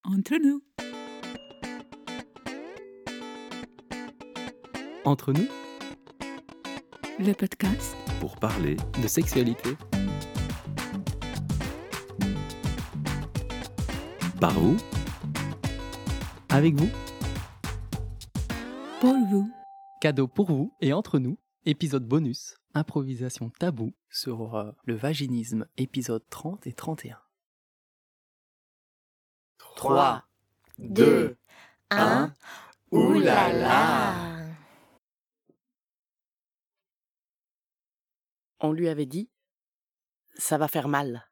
Entre nous. Entre nous, Le podcast. pour parler de sexualité. Par vous, avec vous, Pour vous. cadeau pour vous et entre nous, épisode bonus, improvisation tabou sur le vaginisme, épisode 30 et 31. 3, 2, 1. Oulala! On lui avait dit, ça va faire mal.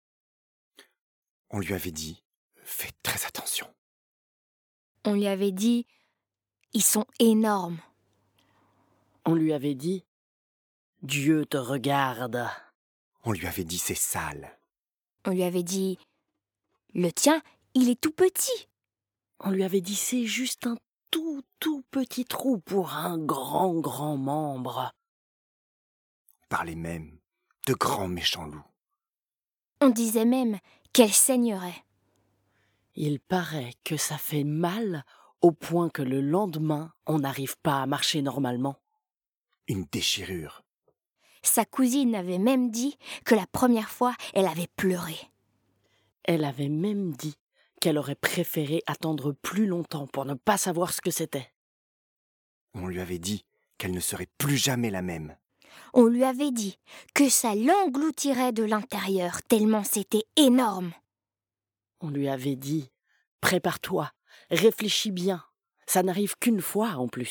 On lui avait dit, faites très attention. On lui avait dit, ils sont énormes. On lui avait dit, Dieu te regarde. On lui avait dit, c'est sale. On lui avait dit, le tien, il est tout petit. On lui avait dit, c'est juste un tout petit trou pour un grand membre. On parlait même de grands méchants loups. On disait même qu'elle saignerait. Il paraît que ça fait mal au point que le lendemain, on n'arrive pas à marcher normalement. Une déchirure. Sa cousine avait même dit que la première fois, elle avait pleuré. Elle avait même dit qu'elle aurait préféré attendre plus longtemps pour ne pas savoir ce que c'était. On lui avait dit qu'elle ne serait plus jamais la même. On lui avait dit que ça l'engloutirait de l'intérieur tellement c'était énorme. On lui avait dit « Prépare-toi, réfléchis bien, ça n'arrive qu'une fois en plus. »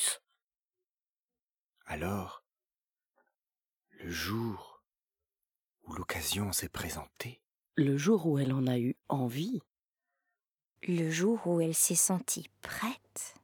Alors, le jour où l'occasion s'est présentée, Le jour où elle en a eu envie, le jour où elle s'est sentie prête,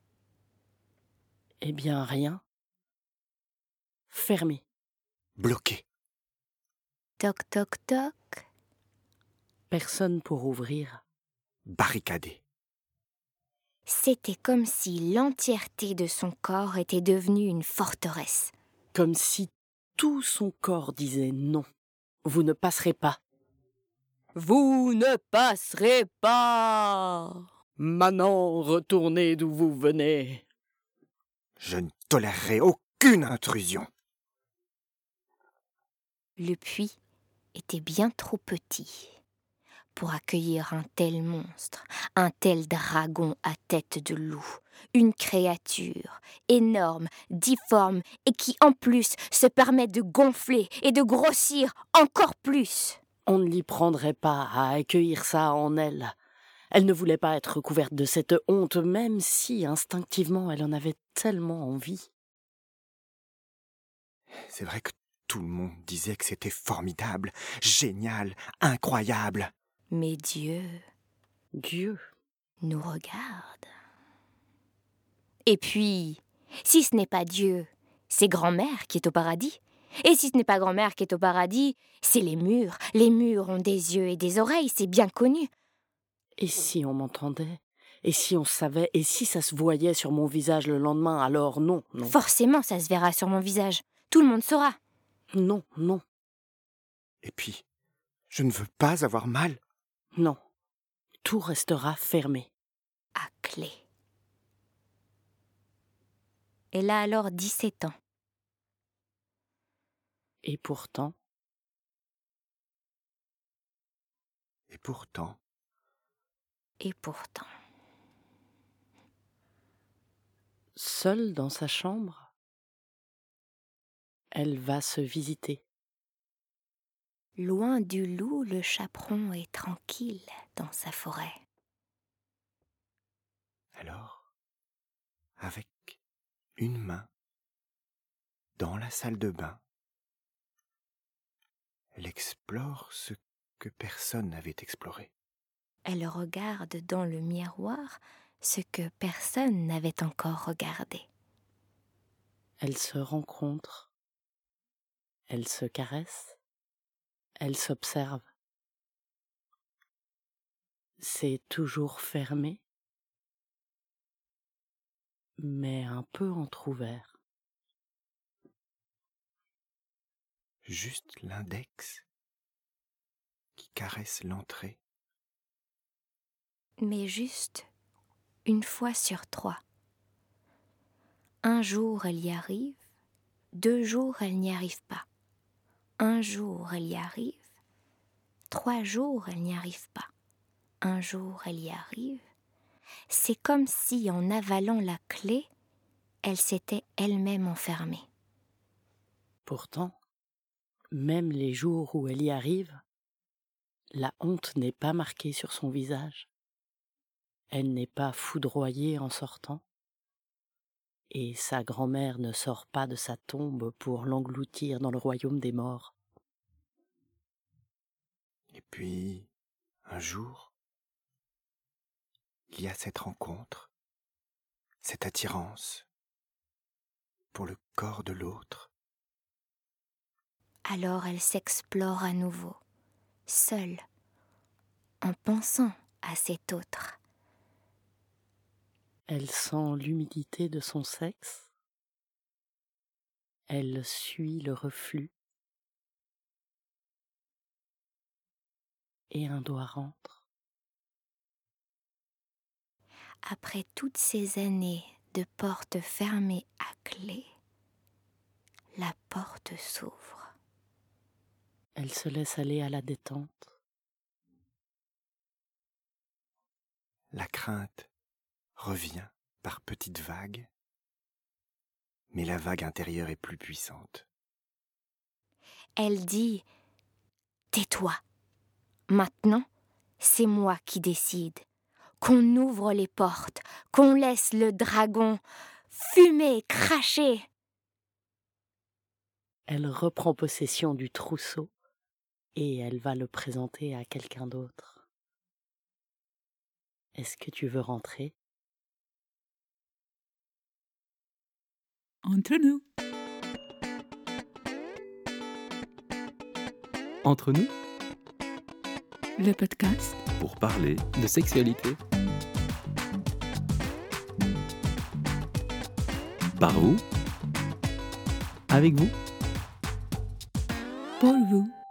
eh bien rien. Fermé. bloquée. Toc toc toc. Personne pour ouvrir. Barricadée. C'était comme si l'entièreté de son corps était devenue une forteresse. Comme si tout son corps disait non. Vous ne passerez pas. Vous ne passerez pas. Maintenant, retournez d'où vous venez. Je ne tolérerai aucune intrusion. Le puits était bien trop petit pour accueillir un tel monstre, un tel dragon à tête de loup, une créature énorme, difforme et qui en plus se permet de gonfler et de grossir encore plus. On ne l'y prendrait pas à accueillir ça en elle. Elle ne voulait pas être couverte de cette honte, même si instinctivement elle en avait tellement envie. C'est vrai que tout le monde disait que c'était formidable, génial, incroyable. Mais Dieu nous regarde. Et puis, si ce n'est pas Dieu, c'est grand-mère qui est au paradis. Et si ce n'est pas grand-mère qui est au paradis, c'est les murs. Les murs ont des yeux et des oreilles, c'est bien connu. Et si on m'entendait ? Et si on savait ? Et si ça se voyait sur mon visage le lendemain ? Alors non. Forcément, ça se verra sur mon visage. Tout le monde saura. Non. Et puis, je ne veux pas avoir mal. Non. Tout restera fermé. À clé. Elle a alors 17 ans. Et pourtant, Et pourtant, seule dans sa chambre, elle va se visiter. Loin du loup, le chaperon est tranquille dans sa forêt. alors, avec une main, dans la salle de bain, elle explore ce que personne n'avait exploré. Elle regarde dans le miroir ce que personne n'avait encore regardé. Elles se rencontrent, elles se caressent, elles s'observent. C'est toujours fermé, mais un peu entrouvert. Juste l'index qui caresse l'entrée. mais juste une fois sur 3. Un jour, elle y arrive, 2 jours, elle n'y arrive pas. Un jour, elle y arrive, 3 jours, elle n'y arrive pas. Un jour, elle y arrive. C'est comme si, en avalant la clé, elle s'était elle-même enfermée. Pourtant, même les jours où elle y arrive, la honte n'est pas marquée sur son visage. Elle n'est pas foudroyée en sortant. Et sa grand-mère ne sort pas de sa tombe pour l'engloutir dans le royaume des morts. Et puis, un jour, il y a cette rencontre, cette attirance pour le corps de l'autre. Alors elle s'explore à nouveau, seule, en pensant à cet autre. Elle sent l'humidité de son sexe. Elle suit le reflux. Et un doigt rentre. Après toutes ces années de porte fermée à clé, la porte s'ouvre. Elle se laisse aller à la détente. La crainte revient par petites vagues, mais la vague intérieure est plus puissante. Elle dit « Tais-toi, maintenant, c'est moi qui décide. Qu'on ouvre les portes, qu'on laisse le dragon fumer, cracher. » Elle reprend possession du trousseau et elle va le présenter à quelqu'un d'autre. Est-ce que tu veux rentrer ? Entre nous. Entre nous, Le podcast Pour parler de sexualité. par vous, Avec vous. pour vous.